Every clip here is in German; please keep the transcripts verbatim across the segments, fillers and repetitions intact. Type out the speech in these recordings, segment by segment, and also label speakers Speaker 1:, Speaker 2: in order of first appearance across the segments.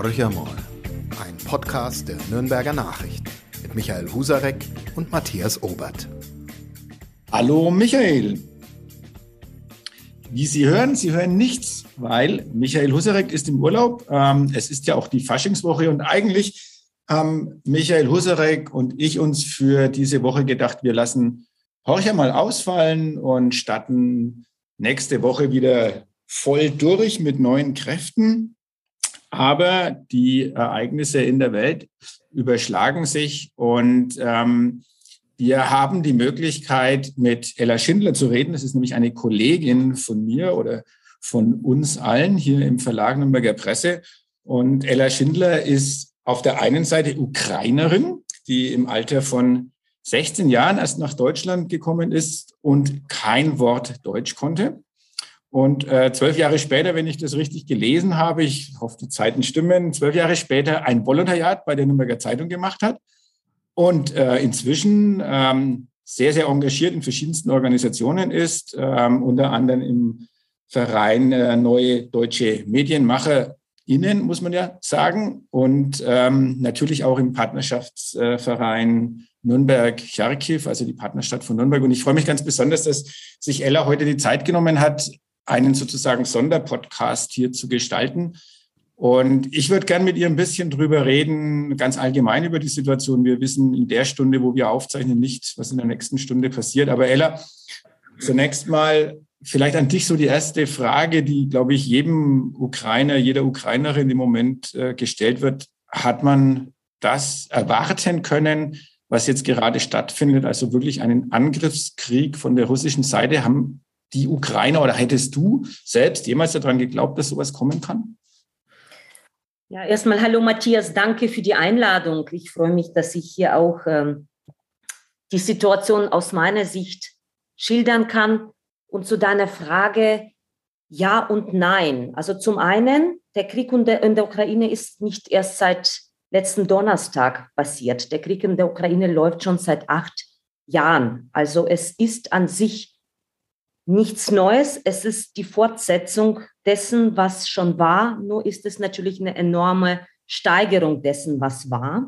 Speaker 1: Horcher mal, ein Podcast der Nürnberger Nachrichten mit Michael Husarek und Matthias Obert.
Speaker 2: Hallo Michael. Wie Sie hören, Sie hören nichts, weil Michael Husarek ist im Urlaub. Ähm, es ist ja auch die Faschingswoche und eigentlich haben Michael Husarek und ich uns für diese Woche gedacht, wir lassen Horcher mal ausfallen und starten nächste Woche wieder voll durch mit neuen Kräften. Aber die Ereignisse in der Welt überschlagen sich und ähm, wir haben die Möglichkeit, mit Ella Schindler zu reden. Das ist nämlich eine Kollegin von mir oder von uns allen hier im Verlag Nürnberger Presse. Und Ella Schindler ist auf der einen Seite Ukrainerin, die im Alter von sechzehn Jahren erst nach Deutschland gekommen ist und kein Wort Deutsch konnte. Und äh, zwölf Jahre später, wenn ich das richtig gelesen habe, ich hoffe, die Zeiten stimmen, zwölf Jahre später ein Volontariat bei der Nürnberger Zeitung gemacht hat und äh, inzwischen ähm, sehr, sehr engagiert in verschiedensten Organisationen ist, ähm, unter anderem im Verein äh, Neue Deutsche MedienmacherInnen, muss man ja sagen, und ähm, natürlich auch im Partnerschaftsverein Nürnberg-Charkiw, also die Partnerstadt von Nürnberg. Und ich freue mich ganz besonders, dass sich Ella heute die Zeit genommen hat, einen sozusagen Sonderpodcast hier zu gestalten. Und ich würde gern mit ihr ein bisschen drüber reden, ganz allgemein über die Situation. Wir wissen in der Stunde, wo wir aufzeichnen, nicht, was in der nächsten Stunde passiert. Aber Ella, zunächst mal vielleicht an dich so die erste Frage, die, glaube ich, jedem Ukrainer, jeder Ukrainerin im Moment äh, gestellt wird. Hat man das erwarten können, was jetzt gerade stattfindet, also wirklich einen Angriffskrieg von der russischen Seite? Haben die Ukrainer oder hättest du selbst jemals daran geglaubt, dass sowas kommen kann?
Speaker 3: Ja, erstmal hallo Matthias, danke für die Einladung. Ich freue mich, dass ich hier auch ähm, die Situation aus meiner Sicht schildern kann. Und zu deiner Frage, ja und nein. Also zum einen, der Krieg in der, in der Ukraine ist nicht erst seit letzten Donnerstag passiert. Der Krieg in der Ukraine läuft schon seit acht Jahren. Also es ist an sich nichts Neues. Es ist die Fortsetzung dessen, was schon war. Nur ist es natürlich eine enorme Steigerung dessen, was war.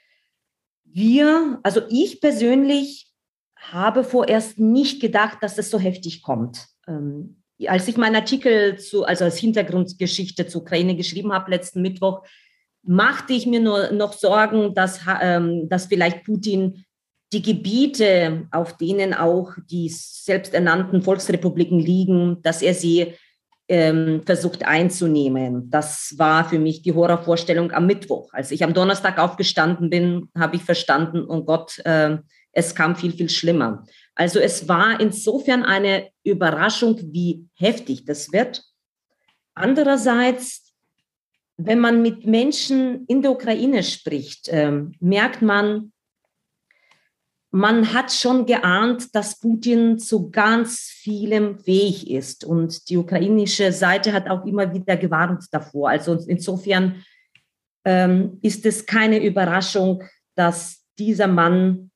Speaker 3: Wir, also ich persönlich habe vorerst nicht gedacht, dass es so heftig kommt. Ähm, als ich meinen Artikel zu, also als Hintergrundgeschichte zur Ukraine geschrieben habe letzten Mittwoch, machte ich mir nur noch Sorgen, dass, ähm, dass vielleicht Putin die Gebiete, auf denen auch die selbsternannten Volksrepubliken liegen, dass er sie ähm, versucht einzunehmen. Das war für mich die Horrorvorstellung am Mittwoch. Als ich am Donnerstag aufgestanden bin, habe ich verstanden, oh Gott, äh, es kam viel, viel schlimmer. Also es war insofern eine Überraschung, wie heftig das wird. Andererseits, wenn man mit Menschen in der Ukraine spricht, äh, merkt man, man hat schon geahnt, dass Putin zu ganz vielem fähig ist. Und die ukrainische Seite hat auch immer wieder gewarnt davor. Also insofern ähm, ist es keine Überraschung, dass dieser Mann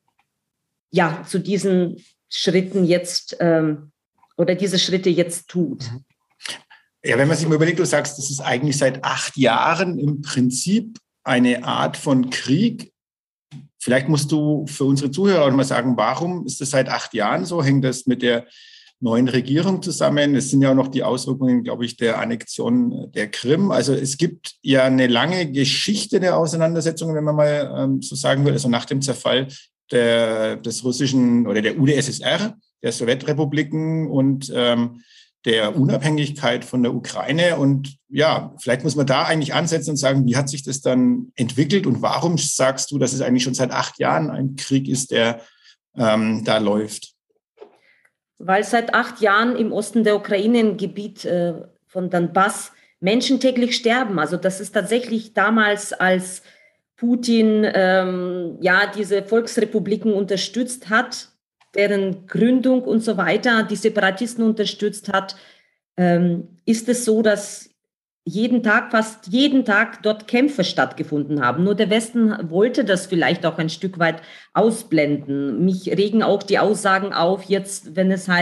Speaker 3: ja zu diesen Schritten jetzt ähm, oder diese Schritte jetzt tut.
Speaker 2: Ja, wenn man sich mal überlegt, du sagst, das ist eigentlich seit acht Jahren im Prinzip eine Art von Krieg. Vielleicht musst du für unsere Zuhörer auch mal sagen, warum ist das seit acht Jahren so? Hängt das mit der neuen Regierung zusammen? Es sind ja auch noch die Auswirkungen, glaube ich, der Annexion der Krim. Also es gibt ja eine lange Geschichte der Auseinandersetzungen, wenn man mal ähm, so sagen will, also nach dem Zerfall der, des russischen oder der U d S S R, der Sowjetrepubliken und ähm, der Unabhängigkeit von der Ukraine. Und ja, vielleicht muss man da eigentlich ansetzen und sagen, wie hat sich das dann entwickelt und warum sagst du, dass es eigentlich schon seit acht Jahren ein Krieg ist, der ähm, da läuft?
Speaker 3: Weil seit acht Jahren im Osten der Ukraine, im Gebiet äh, von Donbass, Menschen täglich sterben. Also das ist tatsächlich damals, als Putin ähm, ja diese Volksrepubliken unterstützt hat, deren Gründung und so weiter, die Separatisten unterstützt hat, ähm, ist es so, dass jeden Tag, fast jeden Tag dort Kämpfe stattgefunden haben. Nur der Westen wollte das vielleicht auch ein Stück weit ausblenden. Mich regen auch die Aussagen auf, jetzt, wenn es heißt,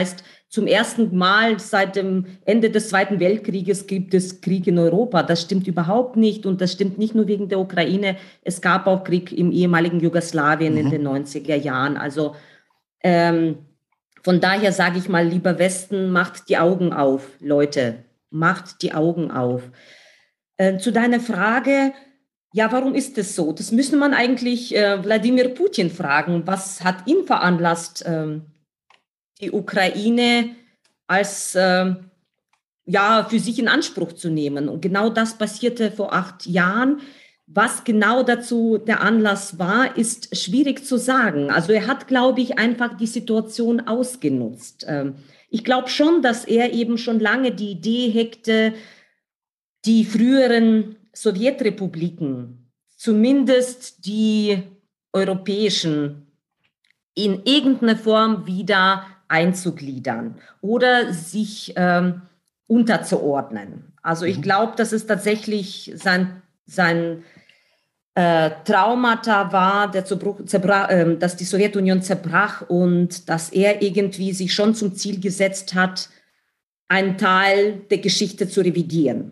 Speaker 3: zum ersten Mal seit dem Ende des Zweiten Weltkrieges gibt es Krieg in Europa. Das stimmt überhaupt nicht und das stimmt nicht nur wegen der Ukraine. Es gab auch Krieg im ehemaligen Jugoslawien mhm. in den neunziger Jahren. Also ähm, von daher sage ich mal, lieber Westen, macht die Augen auf, Leute, macht die Augen auf. Äh, zu deiner Frage, ja, warum ist das so? Das müsste man eigentlich äh, Wladimir Putin fragen. Was hat ihn veranlasst, ähm, die Ukraine als äh, ja, für sich in Anspruch zu nehmen? Und genau das passierte vor acht Jahren. Was genau dazu der Anlass war, ist schwierig zu sagen. Also er hat, glaube ich, einfach die Situation ausgenutzt. Ähm, ich glaube schon, dass er eben schon lange die Idee hegte, die früheren Sowjetrepubliken, zumindest die europäischen, in irgendeiner Form wieder einzugliedern oder sich ähm, unterzuordnen. Also ich glaube, dass es tatsächlich sein, sein äh, Traumata war, der Zerbruch, zerbrach, äh, dass die Sowjetunion zerbrach und dass er irgendwie sich schon zum Ziel gesetzt hat, einen Teil der Geschichte zu revidieren.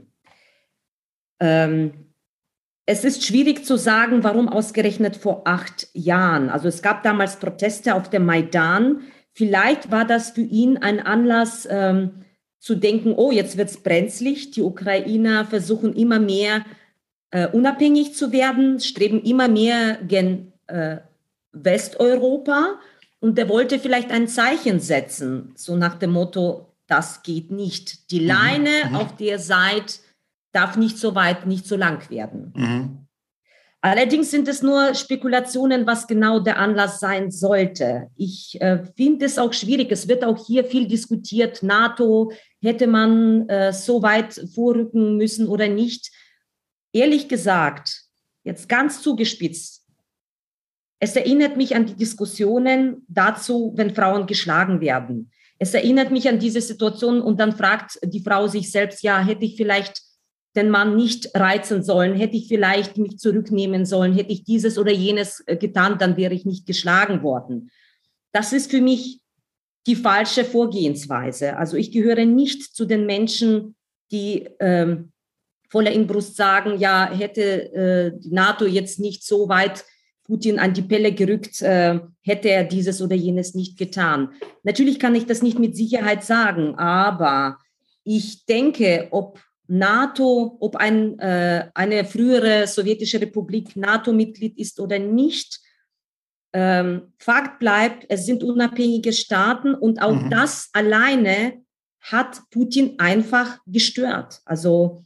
Speaker 3: Ähm, es ist schwierig zu sagen, warum ausgerechnet vor acht Jahren. Also es gab damals Proteste auf dem Maidan. Vielleicht war das für ihn ein Anlass ähm, zu denken, oh, jetzt wird es brenzlig. Die Ukrainer versuchen immer mehr äh, unabhängig zu werden, streben immer mehr gen äh, Westeuropa. Und er wollte vielleicht ein Zeichen setzen, so nach dem Motto, das geht nicht. Die Leine, mhm. auf der ihr seid, darf nicht so weit, nicht so lang werden. Mhm. Allerdings sind es nur Spekulationen, was genau der Anlass sein sollte. Ich äh, finde es auch schwierig. Es wird auch hier viel diskutiert. NATO, hätte man äh, so weit vorrücken müssen oder nicht? Ehrlich gesagt, jetzt ganz zugespitzt, es erinnert mich an die Diskussionen dazu, wenn Frauen geschlagen werden. Es erinnert mich an diese Situation und dann fragt die Frau sich selbst, ja, hätte ich vielleicht den Mann nicht reizen sollen, hätte ich vielleicht mich zurücknehmen sollen, hätte ich dieses oder jenes getan, dann wäre ich nicht geschlagen worden. Das ist für mich die falsche Vorgehensweise. Also ich gehöre nicht zu den Menschen, die ähm, voller Inbrunst sagen, ja, hätte äh, die NATO jetzt nicht so weit Putin an die Pelle gerückt, äh, hätte er dieses oder jenes nicht getan. Natürlich kann ich das nicht mit Sicherheit sagen, aber ich denke, ob NATO, ob ein, äh, eine frühere sowjetische Republik NATO-Mitglied ist oder nicht, ähm, Fakt bleibt, es sind unabhängige Staaten und auch mhm. das alleine hat Putin einfach gestört. Also,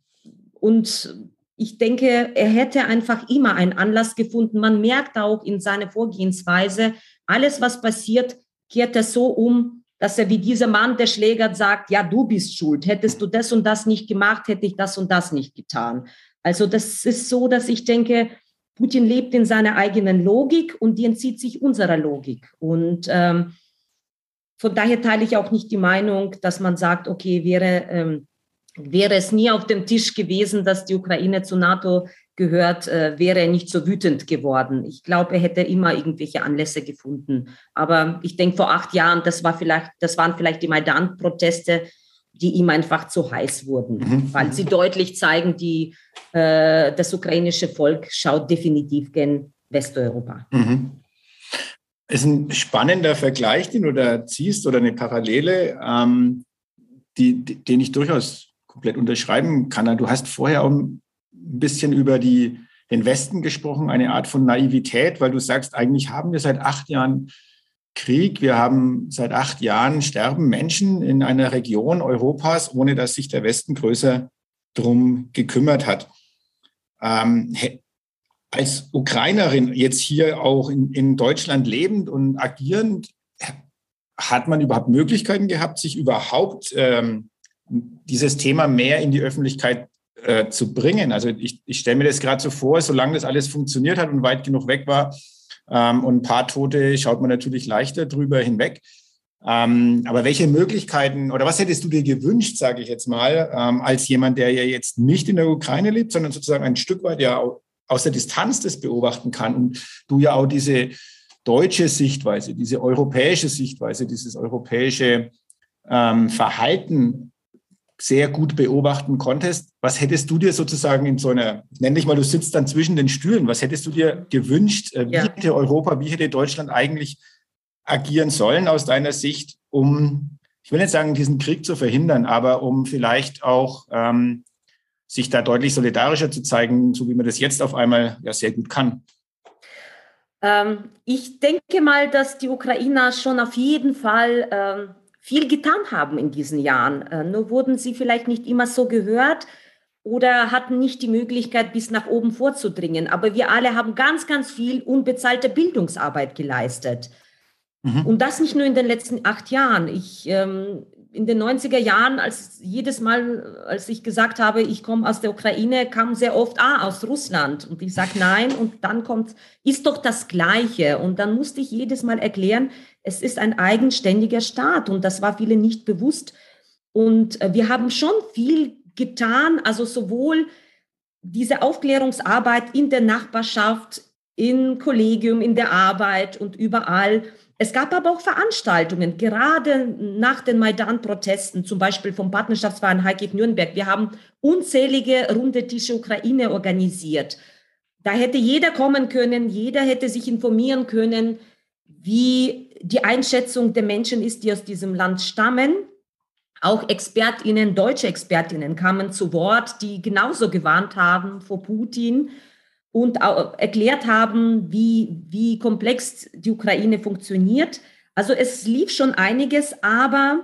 Speaker 3: und ich denke, er hätte einfach immer einen Anlass gefunden. Man merkt auch in seiner Vorgehensweise, alles, was passiert, kehrt er so um, dass er wie dieser Mann, der schlägert, sagt, ja, du bist schuld. Hättest du das und das nicht gemacht, hätte ich das und das nicht getan. Also das ist so, dass ich denke, Putin lebt in seiner eigenen Logik und die entzieht sich unserer Logik. Und ähm, von daher teile ich auch nicht die Meinung, dass man sagt, okay, wäre, ähm, wäre es nie auf dem Tisch gewesen, dass die Ukraine zur NATO gehört, äh, wäre er nicht so wütend geworden. Ich glaube, er hätte immer irgendwelche Anlässe gefunden. Aber ich denke, vor acht Jahren, das war vielleicht, das waren vielleicht die Maidan-Proteste, die ihm einfach zu heiß wurden, mhm. weil sie deutlich zeigen, die, äh, das ukrainische Volk schaut definitiv gen Westeuropa.
Speaker 2: Mhm. Ist ein spannender Vergleich, den du da ziehst, oder eine Parallele, ähm, die, die, den ich durchaus komplett unterschreiben kann. Du hast vorher auch ein bisschen über die, den Westen gesprochen, eine Art von Naivität, weil du sagst, eigentlich haben wir seit acht Jahren Krieg, wir haben seit acht Jahren sterben Menschen in einer Region Europas, ohne dass sich der Westen größer drum gekümmert hat. Ähm, als Ukrainerin jetzt hier auch in, in Deutschland lebend und agierend, hat man überhaupt Möglichkeiten gehabt, sich überhaupt ähm, dieses Thema mehr in die Öffentlichkeit äh, zu bringen? Also ich, ich stelle mir das gerade so vor, solange das alles funktioniert hat und weit genug weg war ähm, und ein paar Tote, schaut man natürlich leichter drüber hinweg. Ähm, aber welche Möglichkeiten oder was hättest du dir gewünscht, sage ich jetzt mal, ähm, als jemand, der ja jetzt nicht in der Ukraine lebt, sondern sozusagen ein Stück weit ja aus der Distanz das beobachten kann und du ja auch diese deutsche Sichtweise, diese europäische Sichtweise, dieses europäische ähm, Verhalten sehr gut beobachten konntest. Was hättest du dir sozusagen in so einer, nenn dich mal, du sitzt dann zwischen den Stühlen, was hättest du dir gewünscht, wie ja. hätte Europa, wie hätte Deutschland eigentlich agieren sollen aus deiner Sicht, um, ich will nicht sagen, diesen Krieg zu verhindern, aber um vielleicht auch ähm, sich da deutlich solidarischer zu zeigen, so wie man das jetzt auf einmal ja sehr gut kann?
Speaker 3: Ähm, ich denke mal, dass die Ukrainer schon auf jeden Fall ähm, viel getan haben in diesen Jahren. Äh, nur wurden sie vielleicht nicht immer so gehört oder hatten nicht die Möglichkeit, bis nach oben vorzudringen. Aber wir alle haben ganz, ganz viel unbezahlte Bildungsarbeit geleistet. Mhm. Und das nicht nur in den letzten acht Jahren. Ich, ähm, in den neunziger Jahren, als jedes Mal, als ich gesagt habe, ich komme aus der Ukraine, kam sehr oft, ah, aus Russland. Und ich sage nein. Und dann kommt, ist doch das Gleiche. Und dann musste ich jedes Mal erklären, es ist ein eigenständiger Staat. Und das war vielen nicht bewusst. Und äh, wir haben schon viel getan, also sowohl diese Aufklärungsarbeit in der Nachbarschaft, im Kollegium, in der Arbeit und überall. Es gab aber auch Veranstaltungen, gerade nach den Maidan-Protesten, zum Beispiel vom Partnerschaftsverein Harkiv Nürnberg. Wir haben unzählige runde Tische Ukraine organisiert. Da hätte jeder kommen können, jeder hätte sich informieren können, wie die Einschätzung der Menschen ist, die aus diesem Land stammen. Auch ExpertInnen, deutsche ExpertInnen kamen zu Wort, die genauso gewarnt haben vor Putin und auch erklärt haben, wie, wie komplex die Ukraine funktioniert. Also es lief schon einiges, aber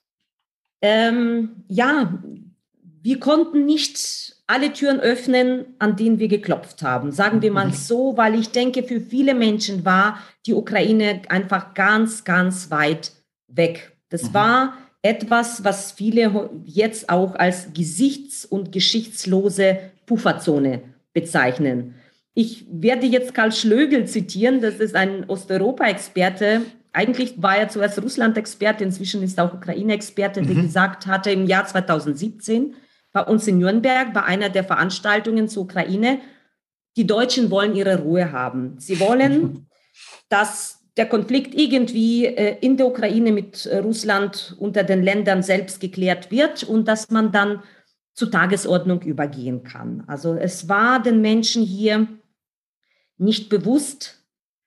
Speaker 3: ähm, ja, wir konnten nicht alle Türen öffnen, an denen wir geklopft haben. Sagen wir mal so, weil ich denke, für viele Menschen war die Ukraine einfach ganz, ganz weit weg. Das mhm. war etwas, was viele jetzt auch als gesichts- und geschichtslose Pufferzone bezeichnen. Ich werde jetzt Karl Schlögl zitieren, das ist ein Osteuropa-Experte. Eigentlich war er zuerst Russland-Experte, inzwischen ist er auch Ukraine-Experte, der mhm. gesagt hatte im Jahr zweitausendsiebzehn bei uns in Nürnberg, bei einer der Veranstaltungen zur Ukraine, die Deutschen wollen ihre Ruhe haben. Sie wollen, dass der Konflikt irgendwie äh, in der Ukraine mit äh, Russland unter den Ländern selbst geklärt wird und dass man dann zur Tagesordnung übergehen kann. Also es war den Menschen hier nicht bewusst,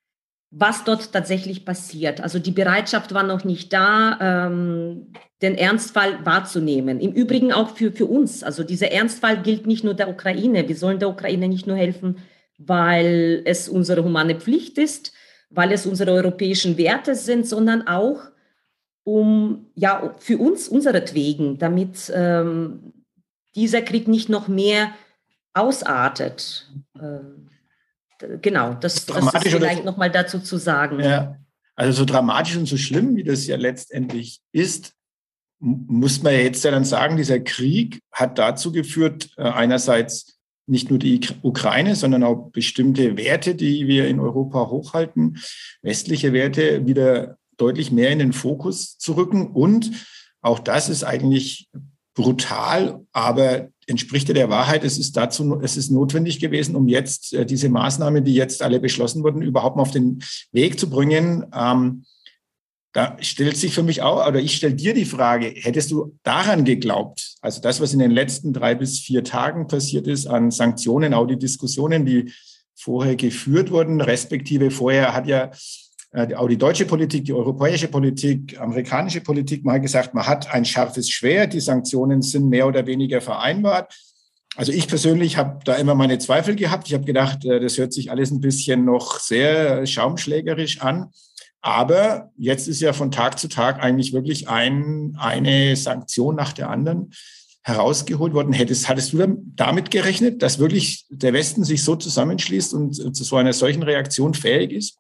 Speaker 3: was dort tatsächlich passiert. Also die Bereitschaft war noch nicht da, ähm, den Ernstfall wahrzunehmen. Im Übrigen auch für, für uns. Also dieser Ernstfall gilt nicht nur der Ukraine. Wir sollen der Ukraine nicht nur helfen, weil es unsere humane Pflicht ist, weil es unsere europäischen Werte sind, sondern auch um, ja, für uns, unseretwegen, damit ähm, dieser Krieg nicht noch mehr ausartet. Ähm, genau, das, das ist vielleicht nochmal dazu zu sagen.
Speaker 2: Ja, also so dramatisch und so schlimm, wie das ja letztendlich ist, muss man ja jetzt ja dann sagen, dieser Krieg hat dazu geführt, äh, einerseits nicht nur die Ukraine, sondern auch bestimmte Werte, die wir in Europa hochhalten, westliche Werte wieder deutlich mehr in den Fokus zu rücken. Und auch das ist eigentlich brutal, aber entspricht ja der Wahrheit. Es ist dazu, es ist notwendig gewesen, um jetzt äh, diese Maßnahmen, die jetzt alle beschlossen wurden, überhaupt mal auf den Weg zu bringen. Ähm, Da stellt sich für mich auch, oder ich stelle dir die Frage, hättest du daran geglaubt, also das, was in den letzten drei bis vier Tagen passiert ist an Sanktionen, auch die Diskussionen, die vorher geführt wurden, respektive vorher hat ja auch die deutsche Politik, die europäische Politik, amerikanische Politik mal gesagt, man hat ein scharfes Schwert, die Sanktionen sind mehr oder weniger vereinbart. Also ich persönlich habe da immer meine Zweifel gehabt. Ich habe gedacht, das hört sich alles ein bisschen noch sehr schaumschlägerisch an. Aber jetzt ist ja von Tag zu Tag eigentlich wirklich ein, eine Sanktion nach der anderen herausgeholt worden. Hättest, hattest du damit gerechnet, dass wirklich der Westen sich so zusammenschließt und zu so einer solchen Reaktion fähig ist?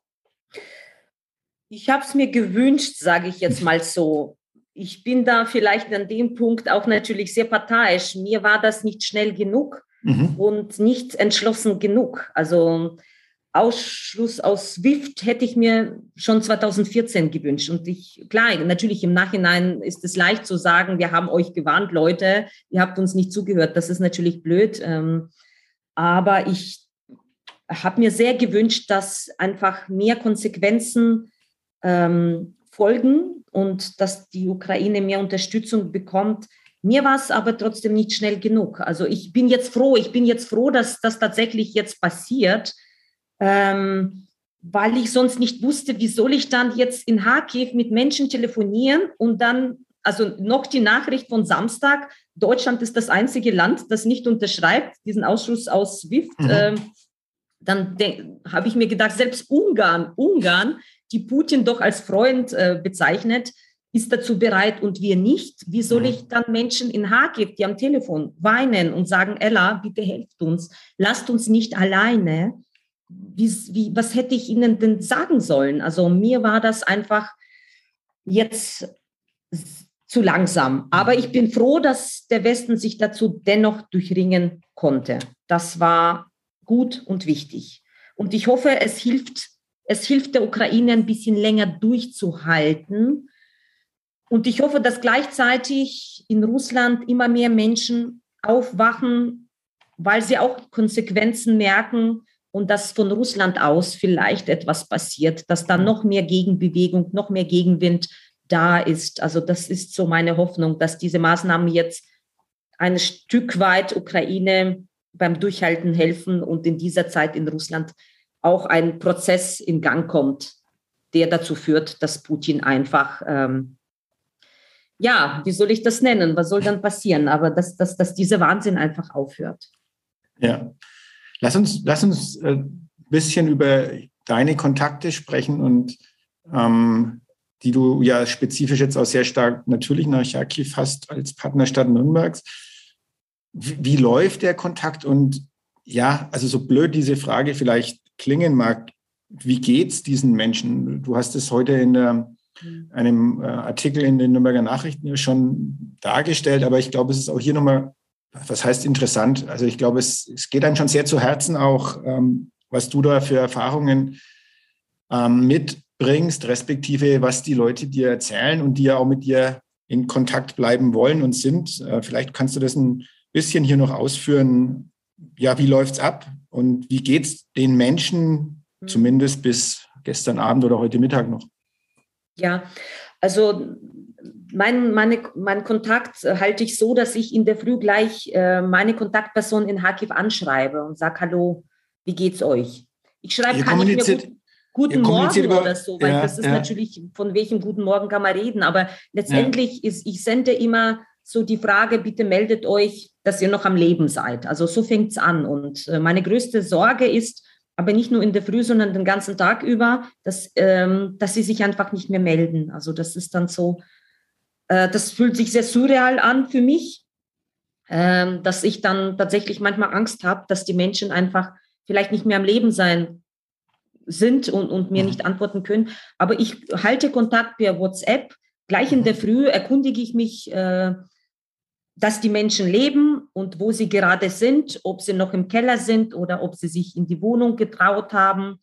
Speaker 3: Ich habe es mir gewünscht, sage ich jetzt mal so. Ich bin da vielleicht an dem Punkt auch natürlich sehr parteiisch. Mir war das nicht schnell genug mhm. und nicht entschlossen genug. Also Ausschluss aus SWIFT hätte ich mir schon zweitausendvierzehn gewünscht. Und ich, klar, natürlich im Nachhinein ist es leicht zu sagen, wir haben euch gewarnt, Leute, ihr habt uns nicht zugehört. Das ist natürlich blöd. Aber ich habe mir sehr gewünscht, dass einfach mehr Konsequenzen folgen und dass die Ukraine mehr Unterstützung bekommt. Mir war es aber trotzdem nicht schnell genug. Also ich bin jetzt froh, ich bin jetzt froh, dass das tatsächlich jetzt passiert, ähm, weil ich sonst nicht wusste, wie soll ich dann jetzt in Kharkiv mit Menschen telefonieren und dann, also noch die Nachricht von Samstag, Deutschland ist das einzige Land, das nicht unterschreibt, diesen Ausschluss aus SWIFT. Mhm. Ähm, dann habe ich mir gedacht, selbst Ungarn, Ungarn, die Putin doch als Freund äh, bezeichnet, ist dazu bereit und wir nicht. Wie soll ich dann Menschen in Kharkiv, die am Telefon weinen und sagen, Ella, bitte helft uns, lasst uns nicht alleine. Wie, wie, was hätte ich ihnen denn sagen sollen? Also mir war das einfach jetzt zu langsam. Aber ich bin froh, dass der Westen sich dazu dennoch durchringen konnte. Das war gut und wichtig. Und ich hoffe, es hilft, es hilft der Ukraine ein bisschen länger durchzuhalten. Und ich hoffe, dass gleichzeitig in Russland immer mehr Menschen aufwachen, weil sie auch Konsequenzen merken und dass von Russland aus vielleicht etwas passiert, dass da noch mehr Gegenbewegung, noch mehr Gegenwind da ist. Also das ist so meine Hoffnung, dass diese Maßnahmen jetzt ein Stück weit Ukraine beim Durchhalten helfen und in dieser Zeit in Russland auch ein Prozess in Gang kommt, der dazu führt, dass Putin einfach ähm, ja, wie soll ich das nennen? Was soll dann passieren? Aber dass, dass, dass dieser Wahnsinn einfach aufhört.
Speaker 2: Ja, lass uns, lass uns ein bisschen über deine Kontakte sprechen und ähm, die du ja spezifisch jetzt auch sehr stark natürlich nach Kharkiv hast als Partnerstadt Nürnbergs. Wie, wie läuft der Kontakt? Und ja, also so blöd diese Frage vielleicht klingen mag, wie geht's diesen Menschen? Du hast es heute in der einem äh, Artikel in den Nürnberger Nachrichten ja schon dargestellt, aber ich glaube, es ist auch hier nochmal, was heißt interessant? Also ich glaube, es, es geht einem schon sehr zu Herzen auch, ähm, was du da für Erfahrungen ähm, mitbringst, respektive was die Leute dir erzählen und die ja auch mit dir in Kontakt bleiben wollen und sind. Äh, vielleicht kannst du das ein bisschen hier noch ausführen. Ja, wie läuft's ab und wie geht's den Menschen, mhm. zumindest bis gestern Abend oder heute Mittag noch?
Speaker 3: Ja, also mein, meine, mein Kontakt halte ich so, dass ich in der Früh gleich äh, meine Kontaktperson in Kharkiv anschreibe und sage, hallo, wie geht's euch? Ich schreibe gar nicht mehr gut, guten Morgen über, oder so, weil ja, das ist ja. natürlich, von welchem guten Morgen kann man reden, aber letztendlich ja. ist, ich sende immer so die Frage, bitte meldet euch, dass ihr noch am Leben seid. Also so fängt es an und äh, meine größte Sorge ist, aber nicht nur in der Früh, sondern den ganzen Tag über, dass, ähm, dass sie sich einfach nicht mehr melden. Also das ist dann so, äh, das fühlt sich sehr surreal an für mich, äh, dass ich dann tatsächlich manchmal Angst habe, dass die Menschen einfach vielleicht nicht mehr am Leben sein sind und, und mir nicht antworten können. Aber ich halte Kontakt per WhatsApp. Gleich in der Früh erkundige ich mich, äh, dass die Menschen leben und wo sie gerade sind, ob sie noch im Keller sind oder ob sie sich in die Wohnung getraut haben.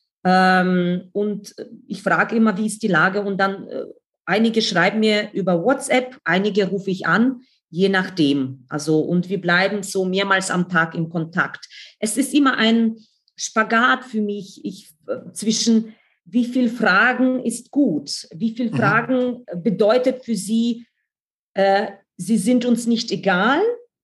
Speaker 3: Ähm, und ich frage immer, wie ist die Lage? Und dann äh, einige schreiben mir über WhatsApp, einige rufe ich an, je nachdem. Also, und wir bleiben so mehrmals am Tag in Kontakt. Es ist immer ein Spagat für mich ich, äh, zwischen wie viel Fragen ist gut, wie viel Fragen mhm. bedeutet für sie, äh, sie sind uns nicht egal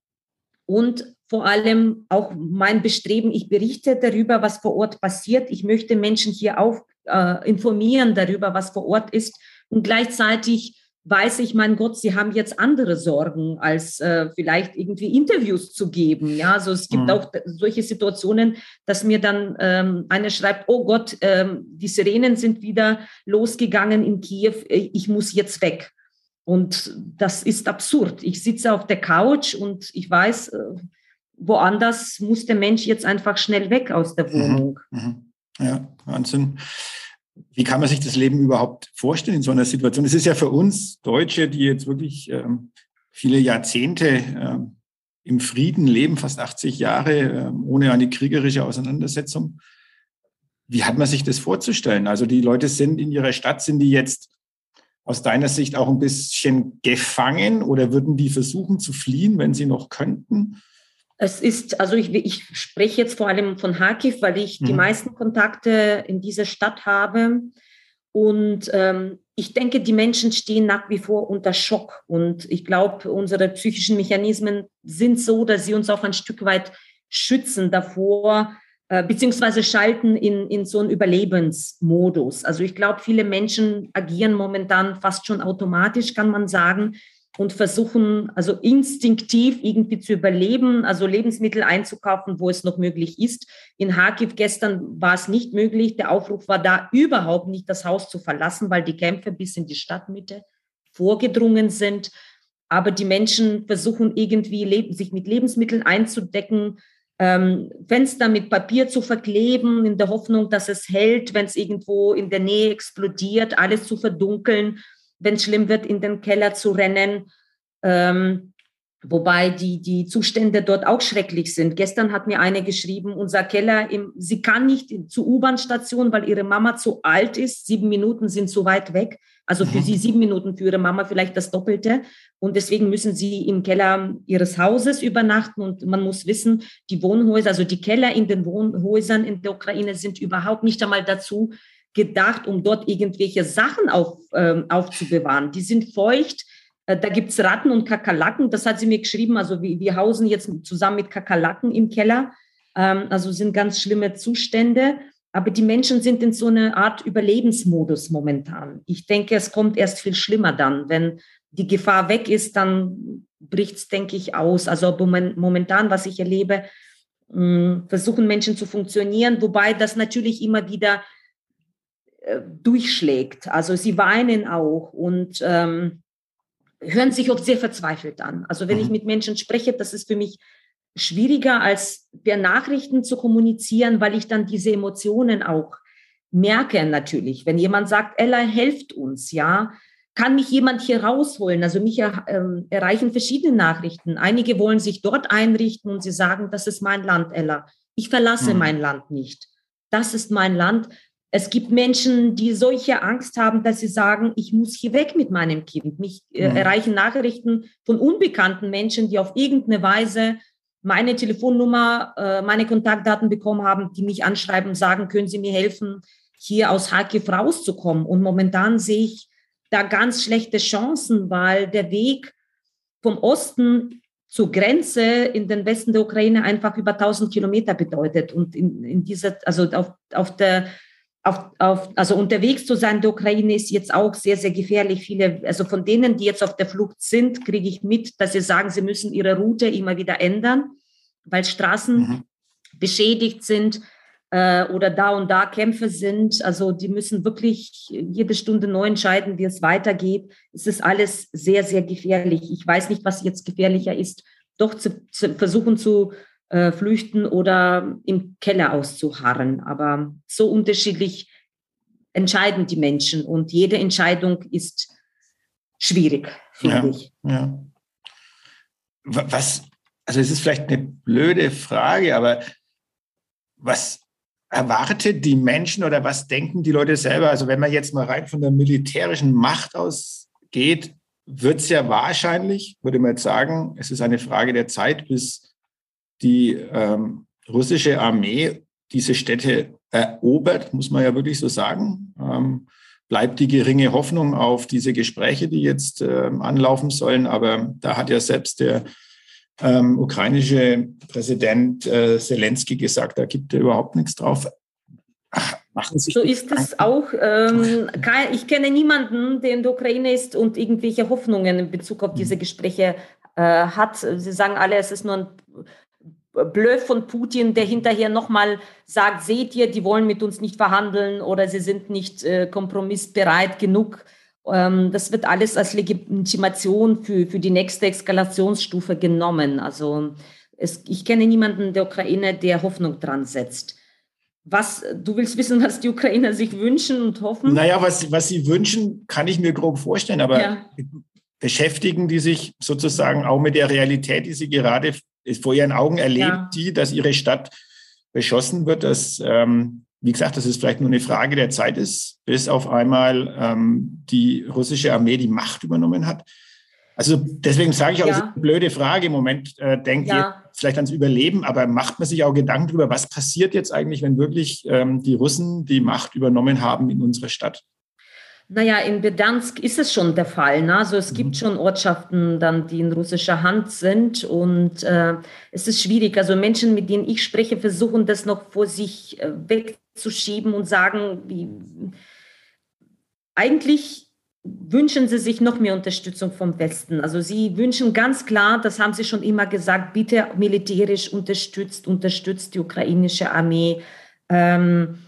Speaker 3: und vor allem auch mein Bestreben, ich berichte darüber, was vor Ort passiert. Ich möchte Menschen hier auch äh, informieren darüber, was vor Ort ist. Und gleichzeitig weiß ich, mein Gott, sie haben jetzt andere Sorgen, als äh, vielleicht irgendwie Interviews zu geben. Ja, also es gibt mhm. auch solche Situationen, dass mir dann ähm, einer schreibt, oh Gott, ähm, die Sirenen sind wieder losgegangen in Kiew, ich muss jetzt weg. Und das ist absurd. Ich sitze auf der Couch und ich weiß, woanders muss der Mensch jetzt einfach schnell weg aus der Wohnung.
Speaker 2: Mhm. Ja, Wahnsinn. Wie kann man sich das Leben überhaupt vorstellen in so einer Situation? Es ist ja für uns Deutsche, die jetzt wirklich ähm, viele Jahrzehnte ähm, im Frieden leben, fast achtzig Jahre, ähm, ohne eine kriegerische Auseinandersetzung. Wie hat man sich das vorzustellen? Also die Leute sind in ihrer Stadt, sind die jetzt aus deiner Sicht auch ein bisschen gefangen oder würden die versuchen zu fliehen, wenn sie noch könnten?
Speaker 3: Es ist, also ich, ich spreche jetzt vor allem von Kharkiv, weil ich mhm. die meisten Kontakte in dieser Stadt habe. Und ähm, ich denke, die Menschen stehen nach wie vor unter Schock. Und ich glaube, unsere psychischen Mechanismen sind so, dass sie uns auch ein Stück weit schützen davor, äh, beziehungsweise schalten in, in so einen Überlebensmodus. Also ich glaube, viele Menschen agieren momentan fast schon automatisch, kann man sagen, und versuchen also instinktiv irgendwie zu überleben, also Lebensmittel einzukaufen, wo es noch möglich ist. In Kharkiv gestern war es nicht möglich. Der Aufruf war da, überhaupt nicht das Haus zu verlassen, weil die Kämpfe bis in die Stadtmitte vorgedrungen sind. Aber die Menschen versuchen irgendwie, sich mit Lebensmitteln einzudecken, ähm, Fenster mit Papier zu verkleben, in der Hoffnung, dass es hält, wenn es irgendwo in der Nähe explodiert, alles zu verdunkeln, wenn es schlimm wird, in den Keller zu rennen. Ähm, wobei die, die Zustände dort auch schrecklich sind. Gestern hat mir eine geschrieben, unser Keller, im, sie kann nicht zur U-Bahn-Station, weil ihre Mama zu alt ist. Sieben Minuten sind zu weit weg. Also für mhm. sie sieben Minuten, für ihre Mama vielleicht das Doppelte. Und deswegen müssen sie im Keller ihres Hauses übernachten. Und man muss wissen, die Wohnhäuser, also die Keller in den Wohnhäusern in der Ukraine sind überhaupt nicht einmal dazu gedacht, um dort irgendwelche Sachen auf, ähm, aufzubewahren. Die sind feucht, äh, da gibt es Ratten und Kakerlaken, das hat sie mir geschrieben, also wir, wir hausen jetzt zusammen mit Kakerlaken im Keller, ähm, also sind ganz schlimme Zustände, aber die Menschen sind in so einer Art Überlebensmodus momentan. Ich denke, es kommt erst viel schlimmer dann, wenn die Gefahr weg ist, dann bricht es, denke ich, aus. Also momentan, was ich erlebe, mh, versuchen Menschen zu funktionieren, wobei das natürlich immer wieder durchschlägt. Also sie weinen auch und ähm, hören sich oft sehr verzweifelt an. Also wenn mhm. ich mit Menschen spreche, das ist für mich schwieriger, als per Nachrichten zu kommunizieren, weil ich dann diese Emotionen auch merke natürlich. Wenn jemand sagt, Ella, helft uns, ja, kann mich jemand hier rausholen? Also mich er, ähm, erreichen verschiedene Nachrichten. Einige wollen sich dort einrichten und sie sagen, das ist mein Land, Ella. Ich verlasse mhm. mein Land nicht. Das ist mein Land. Es gibt Menschen, die solche Angst haben, dass sie sagen, ich muss hier weg mit meinem Kind. Mich äh, mhm. erreichen Nachrichten von unbekannten Menschen, die auf irgendeine Weise meine Telefonnummer, äh, meine Kontaktdaten bekommen haben, die mich anschreiben und sagen, können Sie mir helfen, hier aus Kharkiv rauszukommen? Und momentan sehe ich da ganz schlechte Chancen, weil der Weg vom Osten zur Grenze in den Westen der Ukraine einfach über tausend Kilometer bedeutet. Und in, in dieser, also auf, auf der Auf, auf, also unterwegs zu sein in der Ukraine ist jetzt auch sehr, sehr gefährlich. Viele, also von denen, die jetzt auf der Flucht sind, kriege ich mit, dass sie sagen, sie müssen ihre Route immer wieder ändern, weil Straßen mhm. beschädigt sind äh, oder da und da Kämpfe sind. Also die müssen wirklich jede Stunde neu entscheiden, wie es weitergeht. Es ist alles sehr, sehr gefährlich. Ich weiß nicht, was jetzt gefährlicher ist, doch zu, zu versuchen zu Äh, flüchten oder im Keller auszuharren. Aber so unterschiedlich entscheiden die Menschen und jede Entscheidung ist schwierig, finde
Speaker 2: ja,
Speaker 3: ich.
Speaker 2: Ja. Was, also es ist vielleicht eine blöde Frage, aber was erwartet die Menschen oder was denken die Leute selber? Also wenn man jetzt mal rein von der militärischen Macht ausgeht, wird es ja wahrscheinlich, würde man jetzt sagen, es ist eine Frage der Zeit, bis die ähm, russische Armee diese Städte erobert, muss man ja wirklich so sagen. Ähm, bleibt die geringe Hoffnung auf diese Gespräche, die jetzt ähm, anlaufen sollen. Aber da hat ja selbst der ähm, ukrainische Präsident äh, Zelensky gesagt, da gibt er überhaupt nichts drauf. Ach, machen Sie
Speaker 3: so ist es auch. Ähm, kein, ich kenne niemanden, der in der Ukraine ist und irgendwelche Hoffnungen in Bezug auf diese Gespräche äh, hat. Sie sagen alle, es ist nur ein Bluff von Putin, der hinterher nochmal sagt, seht ihr, die wollen mit uns nicht verhandeln oder sie sind nicht äh, kompromissbereit genug. Ähm, das wird alles als Legitimation für, für die nächste Eskalationsstufe genommen. Also es, ich kenne niemanden in der Ukraine, der Hoffnung dran setzt. Was, du willst wissen, was die Ukrainer sich wünschen und hoffen?
Speaker 2: Naja, was, was sie wünschen, kann ich mir grob vorstellen, aber ja. beschäftigen die sich sozusagen auch mit der Realität, die sie gerade vor ihren Augen erlebt, ja. die, dass ihre Stadt beschossen wird, dass, ähm, wie gesagt, dass es vielleicht nur eine Frage der Zeit ist, bis auf einmal ähm, die russische Armee die Macht übernommen hat. Also deswegen sage ich auch, ja. das ist eine blöde Frage im Moment, äh, denkt ja. ihr vielleicht ans Überleben, aber macht man sich auch Gedanken darüber, was passiert jetzt eigentlich, wenn wirklich ähm, die Russen die Macht übernommen haben in unserer Stadt?
Speaker 3: Naja, in Berdansk ist es schon der Fall. Ne? Also es mhm. gibt schon Ortschaften, dann, die in russischer Hand sind und äh, es ist schwierig. Also Menschen, mit denen ich spreche, versuchen das noch vor sich äh, wegzuschieben und sagen, wie, eigentlich wünschen sie sich noch mehr Unterstützung vom Westen. Also sie wünschen ganz klar, das haben sie schon immer gesagt, bitte militärisch unterstützt, unterstützt die ukrainische Armee. Ähm,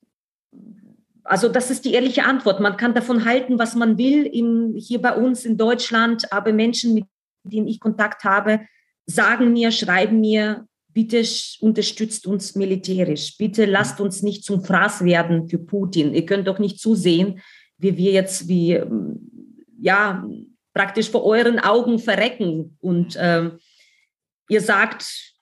Speaker 3: Also das ist die ehrliche Antwort. Man kann davon halten, was man will, in, hier bei uns in Deutschland, aber Menschen, mit denen ich Kontakt habe, sagen mir, schreiben mir, bitte unterstützt uns militärisch. Bitte lasst uns nicht zum Fraß werden für Putin. Ihr könnt doch nicht zusehen, wie wir jetzt wie, ja, praktisch vor euren Augen verrecken. Und ähm, ihr sagt,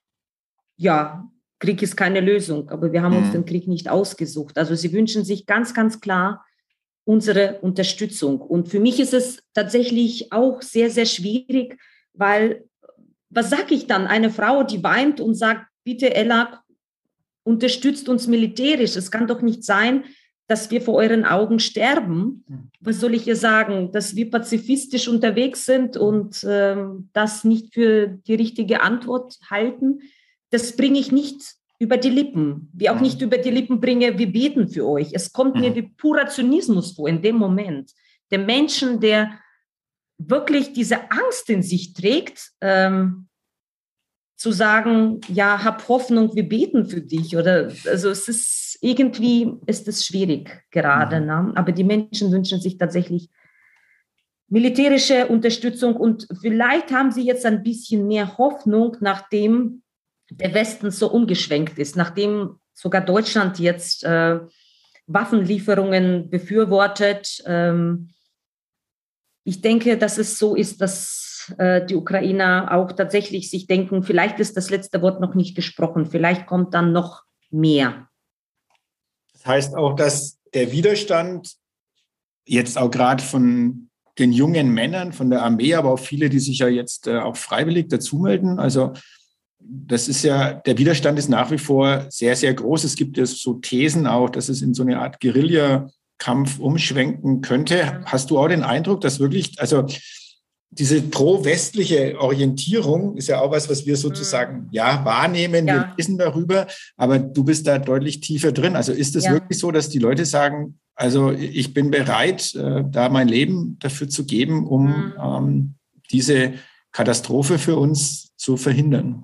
Speaker 3: ja, Krieg ist keine Lösung, aber wir haben mhm. uns den Krieg nicht ausgesucht. Also sie wünschen sich ganz, ganz klar unsere Unterstützung. Und für mich ist es tatsächlich auch sehr, sehr schwierig, weil, was sage ich dann? Eine Frau, die weint und sagt, bitte Ella, unterstützt uns militärisch. Es kann doch nicht sein, dass wir vor euren Augen sterben. Mhm. Was soll ich ihr sagen? Dass wir pazifistisch unterwegs sind und äh, das nicht für die richtige Antwort halten. Das bringe ich nicht über die Lippen, wie auch mhm. nicht über die Lippen bringe, wir beten für euch. Es kommt mhm. mir wie purer Zynismus vor in dem Moment. Der Menschen, der wirklich diese Angst in sich trägt, ähm, zu sagen, ja, hab Hoffnung, wir beten für dich. Oder also es ist irgendwie ist es schwierig gerade. Mhm. Ne? Aber die Menschen wünschen sich tatsächlich militärische Unterstützung und vielleicht haben sie jetzt ein bisschen mehr Hoffnung, nachdem der Westen so umgeschwenkt ist, nachdem sogar Deutschland jetzt äh, Waffenlieferungen befürwortet. Ähm, ich denke, dass es so ist, dass äh, die Ukrainer auch tatsächlich sich denken, vielleicht ist das letzte Wort noch nicht gesprochen, vielleicht kommt dann noch mehr.
Speaker 2: Das heißt auch, dass der Widerstand jetzt auch gerade von den jungen Männern, von der Armee, aber auch viele, die sich ja jetzt äh, auch freiwillig dazu melden, also das ist ja, der Widerstand ist nach wie vor sehr, sehr groß. Es gibt ja so Thesen auch, dass es in so eine Art Guerillakampf umschwenken könnte. Hast du auch den Eindruck, dass wirklich, also diese pro-westliche Orientierung ist ja auch was, was wir sozusagen, ja, wahrnehmen, ja. wir wissen darüber, aber du bist da deutlich tiefer drin. Also ist es ja. wirklich so, dass die Leute sagen, also ich bin bereit, da mein Leben dafür zu geben, um mhm. ähm, diese Katastrophe für uns zu verhindern?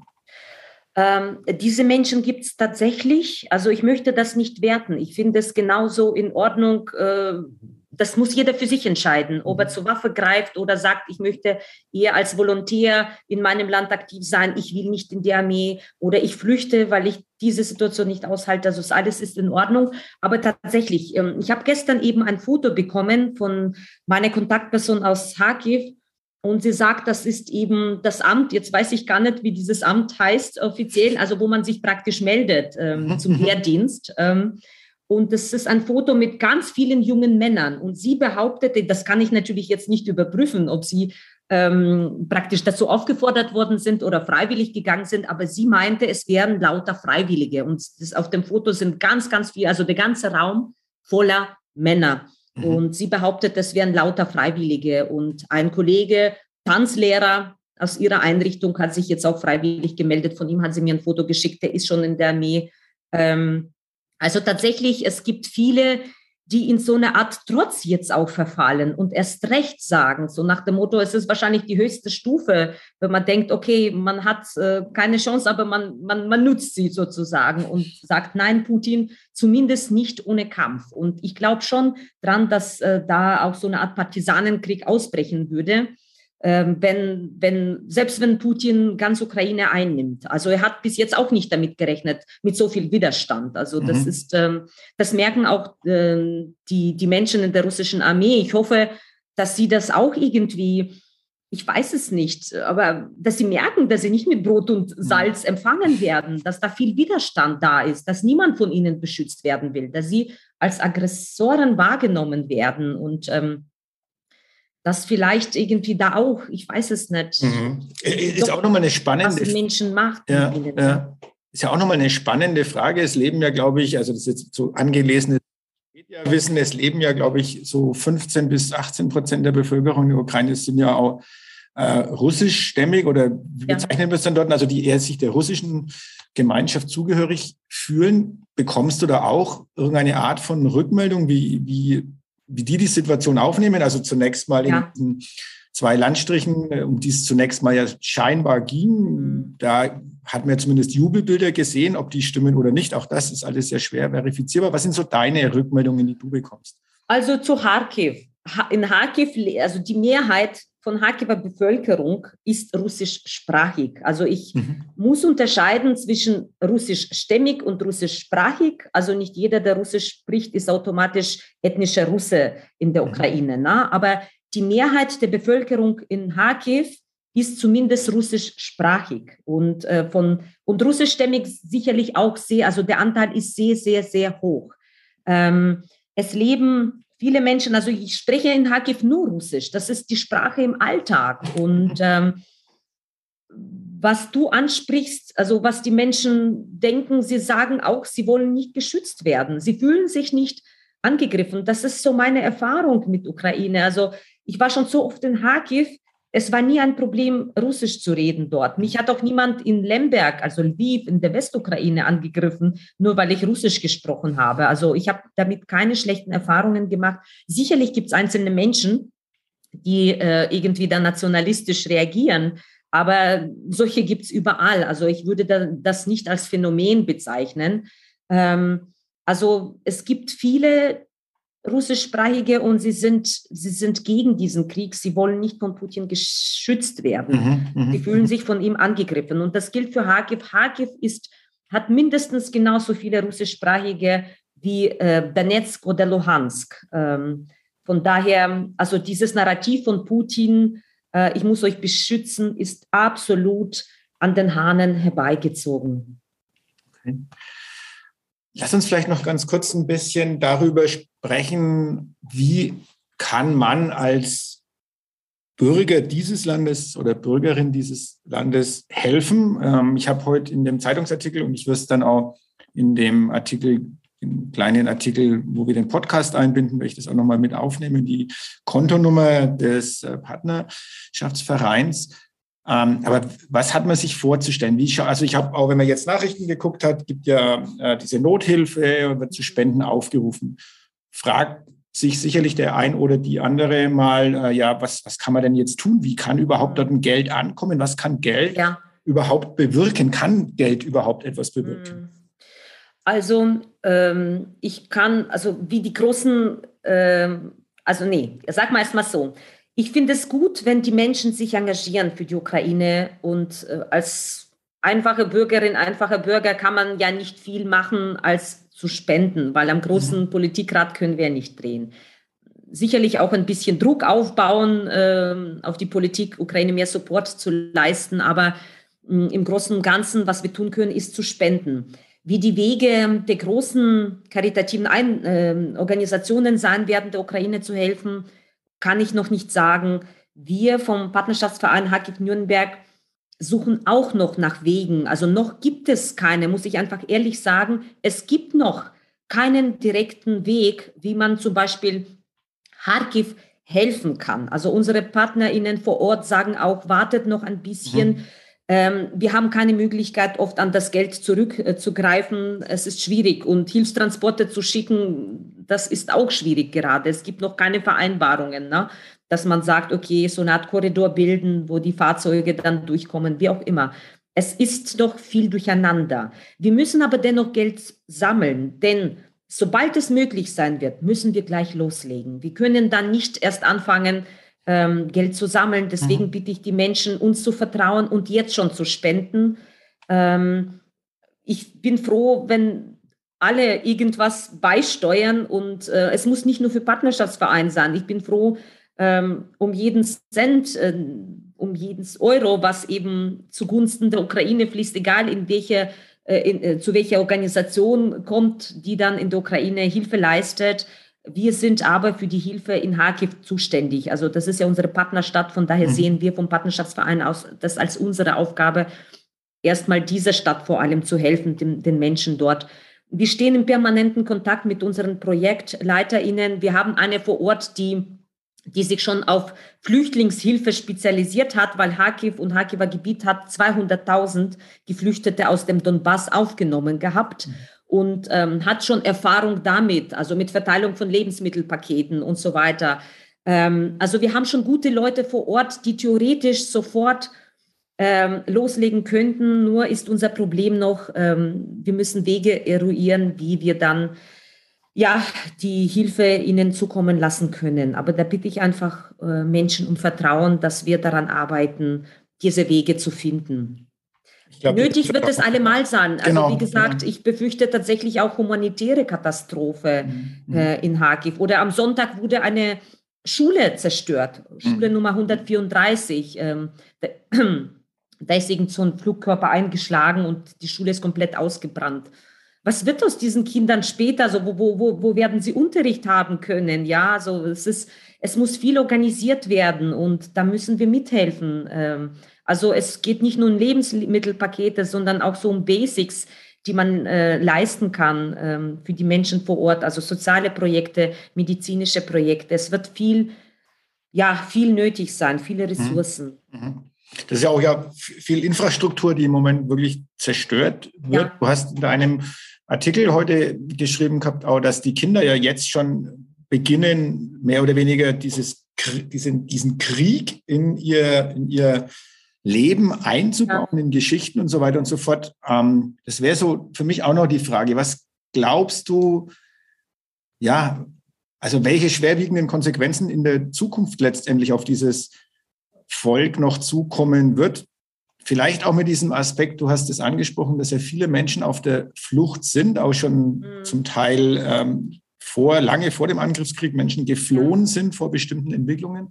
Speaker 3: Ähm, diese Menschen gibt es tatsächlich. Also ich möchte das nicht werten. Ich finde es genauso in Ordnung. Äh, das muss jeder für sich entscheiden, ob er zur Waffe greift oder sagt, ich möchte eher als Volontär in meinem Land aktiv sein. Ich will nicht in die Armee oder ich flüchte, weil ich diese Situation nicht aushalte. Also alles ist in Ordnung. Aber tatsächlich, ähm, ich habe gestern eben ein Foto bekommen von meiner Kontaktperson aus Kharkiv. Und sie sagt, das ist eben das Amt, jetzt weiß ich gar nicht, wie dieses Amt heißt offiziell, also wo man sich praktisch meldet ähm, zum Wehrdienst. Ähm, und das ist ein Foto mit ganz vielen jungen Männern. Und sie behauptete, das kann ich natürlich jetzt nicht überprüfen, ob sie ähm, praktisch dazu aufgefordert worden sind oder freiwillig gegangen sind, aber sie meinte, es wären lauter Freiwillige. Und das, auf dem Foto sind ganz, ganz viele, also der ganze Raum voller Männer. Und sie behauptet, das wären lauter Freiwillige. Und ein Kollege, Tanzlehrer aus ihrer Einrichtung, hat sich jetzt auch freiwillig gemeldet. Von ihm hat sie mir ein Foto geschickt, der ist schon in der Armee. Ähm, also tatsächlich, es gibt viele, die in so eine Art Trotz jetzt auch verfallen und erst recht sagen, so nach dem Motto, es ist wahrscheinlich die höchste Stufe, wenn man denkt, okay, man hat äh, keine Chance, aber man, man, man nutzt sie sozusagen und sagt, nein, Putin, zumindest nicht ohne Kampf. Und ich glaube schon dran, dass äh, da auch so eine Art Partisanenkrieg ausbrechen würde, ähm, wenn, wenn, selbst wenn Putin ganz Ukraine einnimmt. Also er hat bis jetzt auch nicht damit gerechnet, mit so viel Widerstand. Also das mhm. ist, ähm, das merken auch äh, die, die Menschen in der russischen Armee. Ich hoffe, dass sie das auch irgendwie, ich weiß es nicht, aber dass sie merken, dass sie nicht mit Brot und Salz empfangen werden, dass da viel Widerstand da ist, dass niemand von ihnen beschützt werden will, dass sie als Aggressoren wahrgenommen werden und ähm, das vielleicht irgendwie da auch, ich weiß es nicht.
Speaker 2: Mhm. Ist doch, auch nochmal eine spannende
Speaker 3: was die Menschen macht.
Speaker 2: Ja, ja. Ist ja auch nochmal eine spannende Frage. Es leben ja, glaube ich, also das ist jetzt so angelesene Ja, wissen, es leben ja, glaube ich, so fünfzehn bis achtzehn Prozent der Bevölkerung der Ukraine sind ja auch äh, russischstämmig oder wie
Speaker 3: Ja.
Speaker 2: bezeichnen wir es dann dort? Also die eher sich der russischen Gemeinschaft zugehörig fühlen. Bekommst du da auch irgendeine Art von Rückmeldung, wie, wie, wie die die Situation aufnehmen? Also zunächst mal
Speaker 3: Ja.
Speaker 2: in zwei Landstrichen, um die es zunächst mal ja scheinbar ging.
Speaker 3: Mhm.
Speaker 2: Da hat man ja zumindest Jubelbilder gesehen, ob die stimmen oder nicht. Auch das ist alles sehr schwer verifizierbar. Was sind so deine Rückmeldungen, die du bekommst?
Speaker 3: Also zu Kharkiv. In Kharkiv, also die Mehrheit von Kharkiver Bevölkerung ist russischsprachig. Also ich mhm. muss unterscheiden zwischen russischstämmig und russischsprachig. Also nicht jeder, der Russisch spricht, ist automatisch ethnischer Russe in der Ukraine. Mhm. Na? Aber die Mehrheit der Bevölkerung in Kharkiv ist zumindest russischsprachig und, äh, von, und russischstämmig sicherlich auch sehr, also der Anteil ist sehr, sehr, sehr hoch. Ähm, es leben viele Menschen, also ich spreche in Kharkiv nur Russisch, das ist die Sprache im Alltag. Und ähm, was du ansprichst, also was die Menschen denken, sie sagen auch, sie wollen nicht geschützt werden. Sie fühlen sich nicht angegriffen. Das ist so meine Erfahrung mit Ukraine. Also ich war schon so oft in Kharkiv, es war nie ein Problem, Russisch zu reden dort. Mich hat auch niemand in Lemberg, also Lviv in der Westukraine angegriffen, nur weil ich Russisch gesprochen habe. Also ich habe damit keine schlechten Erfahrungen gemacht. Sicherlich gibt es einzelne Menschen, die äh, irgendwie dann nationalistisch reagieren, aber solche gibt es überall. Also ich würde da, das nicht als Phänomen bezeichnen. Ähm, also es gibt viele Russischsprachige und sie sind, sie sind gegen diesen Krieg. Sie wollen nicht von Putin geschützt werden. Mhm, sie fühlen sich von ihm angegriffen. Und das gilt für Kharkiv. Kharkiv ist, hat mindestens genauso viele Russischsprachige wie äh, Donetsk oder Luhansk. Ähm, von daher, also dieses Narrativ von Putin, äh, ich muss euch beschützen, ist absolut an den Haaren herbeigezogen.
Speaker 2: Okay. Lass uns vielleicht noch ganz kurz ein bisschen darüber sprechen, wie kann man als Bürger dieses Landes oder Bürgerin dieses Landes helfen? Ähm, ich habe heute in dem Zeitungsartikel und ich würde es dann auch in dem Artikel, im kleinen Artikel, wo wir den Podcast einbinden, werde ich das auch nochmal mit aufnehmen, die Kontonummer des äh, Partnerschaftsvereins. Ähm, aber was hat man sich vorzustellen? Wie, also ich habe auch, wenn man jetzt Nachrichten geguckt hat, gibt ja äh, diese Nothilfe und wird zu Spenden aufgerufen. Fragt sich sicherlich der ein oder die andere mal, äh, ja, was, was kann man denn jetzt tun? Wie kann überhaupt dort ein Geld ankommen? Was kann Geld ja. überhaupt bewirken? Kann Geld überhaupt etwas bewirken?
Speaker 3: Also ähm, ich kann, also wie die großen, ähm, also nee, sag mal erst mal so. Ich finde es gut, wenn die Menschen sich engagieren für die Ukraine und äh, als einfache Bürgerin, einfacher Bürger kann man ja nicht viel machen, als zu spenden, weil am großen mhm. Politikrad können wir nicht drehen. Sicherlich auch ein bisschen Druck aufbauen, äh, auf die Politik, Ukraine mehr Support zu leisten, aber mh, im Großen und Ganzen, was wir tun können, ist zu spenden. Wie die Wege der großen karitativen Ein- äh, Organisationen sein werden, der Ukraine zu helfen, kann ich noch nicht sagen. Wir vom Partnerschaftsverein Kharkiv Nürnberg suchen auch noch nach Wegen. Also noch gibt es keine, muss ich einfach ehrlich sagen. Es gibt noch keinen direkten Weg, wie man zum Beispiel Kharkiv helfen kann. Also unsere PartnerInnen vor Ort sagen auch, wartet noch ein bisschen. Mhm. Ähm, wir haben keine Möglichkeit, oft an das Geld zurückzugreifen. Äh, es ist schwierig und Hilfstransporte zu schicken, das ist auch schwierig gerade. Es gibt noch keine Vereinbarungen, ne? Dass man sagt, okay, so eine Art Korridor bilden, wo die Fahrzeuge dann durchkommen, wie auch immer. Es ist noch viel durcheinander. Wir müssen aber dennoch Geld sammeln, denn sobald es möglich sein wird, müssen wir gleich loslegen. Wir können dann nicht erst anfangen, Ähm, Geld zu sammeln. Deswegen mhm. bitte ich die Menschen, uns zu vertrauen und jetzt schon zu spenden. Ähm, ich bin froh, wenn alle irgendwas beisteuern und äh, es muss nicht nur für Partnerschaftsverein sein. Ich bin froh ähm, um jeden Cent, äh, um jedes Euro, was eben zugunsten der Ukraine fließt, egal in welche, äh, in, äh, zu welcher Organisation kommt, die dann in der Ukraine Hilfe leistet. Wir sind aber für die Hilfe in Kharkiv zuständig. Also das ist ja unsere Partnerstadt. Von daher mhm. sehen wir vom Partnerschaftsverein aus das als unsere Aufgabe, erstmal dieser Stadt vor allem zu helfen, den, den Menschen dort. Wir stehen im permanenten Kontakt mit unseren ProjektleiterInnen. Wir haben eine vor Ort, die, die sich schon auf Flüchtlingshilfe spezialisiert hat, weil Charkiw und Charkiwer Gebiet hat zweihunderttausend Geflüchtete aus dem Donbass aufgenommen gehabt. Mhm. Und ähm, hat schon Erfahrung damit, also mit Verteilung von Lebensmittelpaketen und so weiter. Ähm, also wir haben schon gute Leute vor Ort, die theoretisch sofort ähm, loslegen könnten. Nur ist unser Problem noch, ähm, wir müssen Wege eruieren, wie wir dann ja die Hilfe ihnen zukommen lassen können. Aber da bitte ich einfach äh, Menschen um Vertrauen, dass wir daran arbeiten, diese Wege zu finden. Ich glaub, Nötig wird es allemal sein. Also genau, wie gesagt, genau. Ich befürchte tatsächlich auch humanitäre Katastrophe mhm. äh, in Charkiw. Oder am Sonntag wurde eine Schule zerstört, mhm. Schule Nummer hundertvierunddreißig. Ähm, da, da ist irgend so ein Flugkörper eingeschlagen und die Schule ist komplett ausgebrannt. Was wird aus diesen Kindern später? Also wo, wo, wo werden sie Unterricht haben können? Ja, also es ist, es muss viel organisiert werden und da müssen wir mithelfen. Ähm, Also es geht nicht nur um Lebensmittelpakete, sondern auch so um Basics, die man äh, leisten kann ähm, für die Menschen vor Ort, also soziale Projekte, medizinische Projekte. Es wird viel, ja, viel nötig sein, viele Ressourcen.
Speaker 2: Mhm. Das ist ja auch ja viel Infrastruktur, die im Moment wirklich zerstört wird. Ja. Du hast in deinem Artikel heute geschrieben gehabt, auch, dass die Kinder ja jetzt schon beginnen, mehr oder weniger dieses, diesen, diesen Krieg in ihr, in ihr Leben einzubauen, ja. in Geschichten und so weiter und so fort. Ähm, das wäre so für mich auch noch die Frage, was glaubst du, ja, also welche schwerwiegenden Konsequenzen in der Zukunft letztendlich auf dieses Volk noch zukommen wird? Vielleicht auch mit diesem Aspekt, du hast es angesprochen, dass ja viele Menschen auf der Flucht sind, auch schon mhm. zum Teil ähm, vor, lange vor dem Angriffskrieg Menschen geflohen ja. sind vor bestimmten Entwicklungen.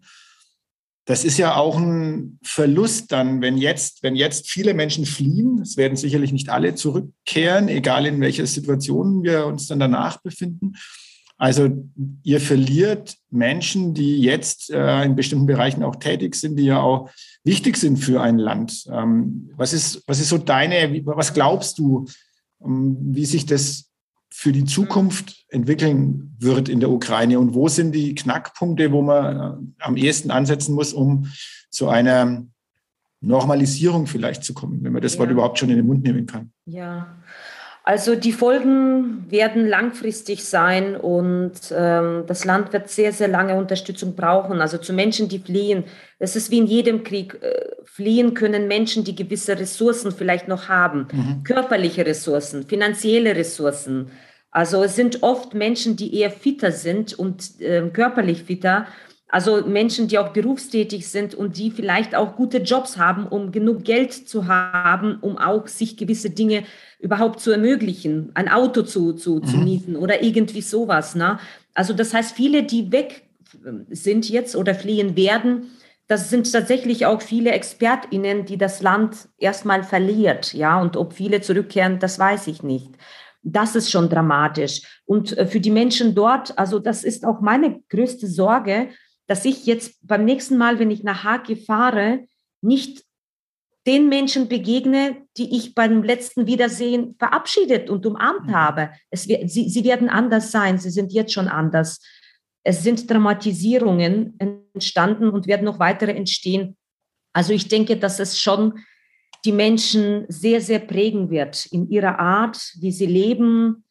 Speaker 2: Das ist ja auch ein Verlust dann, wenn jetzt, wenn jetzt viele Menschen fliehen. Es werden sicherlich nicht alle zurückkehren, egal in welcher Situation wir uns dann danach befinden. Also ihr verliert Menschen, die jetzt äh, in bestimmten Bereichen auch tätig sind, die ja auch wichtig sind für ein Land. Ähm, was ist, was ist so deine, was glaubst du, ähm, wie sich das für die Zukunft entwickeln wird in der Ukraine und wo sind die Knackpunkte, wo man am ehesten ansetzen muss, um zu einer Normalisierung vielleicht zu kommen, wenn man das ja. Wort überhaupt schon in den Mund nehmen kann?
Speaker 3: Ja, also die Folgen werden langfristig sein und ähm, das Land wird sehr, sehr lange Unterstützung brauchen. Also zu Menschen, die fliehen, es ist wie in jedem Krieg, äh, fliehen können Menschen, die gewisse Ressourcen vielleicht noch haben, mhm. körperliche Ressourcen, finanzielle Ressourcen. Also es sind oft Menschen, die eher fitter sind und äh, körperlich fitter, also Menschen, die auch berufstätig sind und die vielleicht auch gute Jobs haben, um genug Geld zu haben, um auch sich gewisse Dinge überhaupt zu ermöglichen, ein Auto zu, zu, mhm. zu mieten oder irgendwie sowas. Ne? Also das heißt, viele, die weg sind jetzt oder fliehen werden, das sind tatsächlich auch viele ExpertInnen, die das Land erstmal verliert. Ja? Und ob viele zurückkehren, das weiß ich nicht. Das ist schon dramatisch. Und für die Menschen dort, also das ist auch meine größte Sorge, dass ich jetzt beim nächsten Mal, wenn ich nach Charkiw fahre, nicht den Menschen begegne, die ich beim letzten Wiedersehen verabschiedet und umarmt habe. Es, sie, sie werden anders sein, sie sind jetzt schon anders. Es sind Dramatisierungen entstanden und werden noch weitere entstehen. Also ich denke, dass es schon die Menschen sehr, sehr prägen wird in ihrer Art, wie sie leben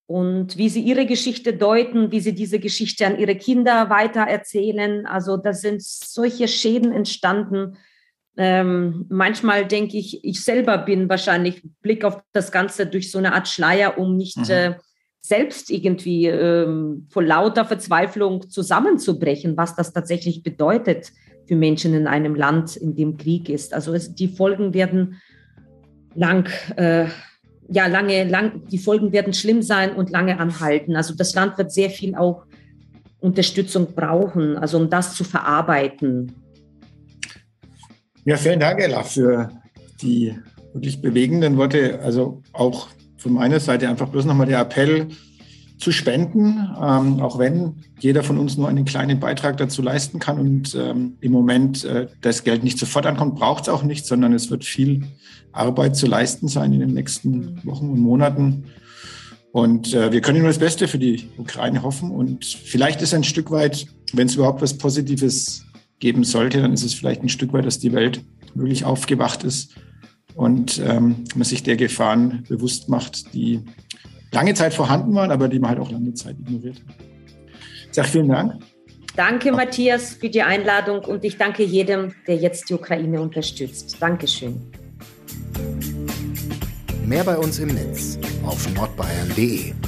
Speaker 3: und wie sie ihre Geschichte deuten, wie sie diese Geschichte an ihre Kinder weitererzählen. Also da sind solche Schäden entstanden. Ähm, manchmal denke ich, ich selber bin wahrscheinlich Blick auf das Ganze durch so eine Art Schleier, um nicht mhm. äh, selbst irgendwie ähm, vor lauter Verzweiflung zusammenzubrechen, was das tatsächlich bedeutet für Menschen in einem Land, in dem Krieg ist. Also es, die Folgen werden lang, äh, ja lange, lang, die Folgen werden schlimm sein und lange anhalten. Also das Land wird sehr viel auch Unterstützung brauchen, also um das zu verarbeiten.
Speaker 2: Ja, vielen Dank, Ella, für die wirklich bewegenden Worte. Also auch von meiner Seite einfach bloß nochmal der Appell zu spenden, ähm, auch wenn jeder von uns nur einen kleinen Beitrag dazu leisten kann und ähm, im Moment äh, das Geld nicht sofort ankommt, braucht es auch nicht, sondern es wird viel Arbeit zu leisten sein in den nächsten Wochen und Monaten. Und äh, wir können nur das Beste für die Ukraine hoffen. Und vielleicht ist ein Stück weit, wenn es überhaupt was Positives geben sollte, dann ist es vielleicht ein Stück weit, dass die Welt wirklich aufgewacht ist und ähm, man sich der Gefahren bewusst macht, die lange Zeit vorhanden waren, aber die man halt auch lange Zeit ignoriert hat. Ich sage vielen Dank.
Speaker 3: Danke, Matthias, für die Einladung und ich danke jedem, der jetzt die Ukraine unterstützt. Dankeschön.
Speaker 1: Mehr bei uns im Netz auf nordbayern punkt de.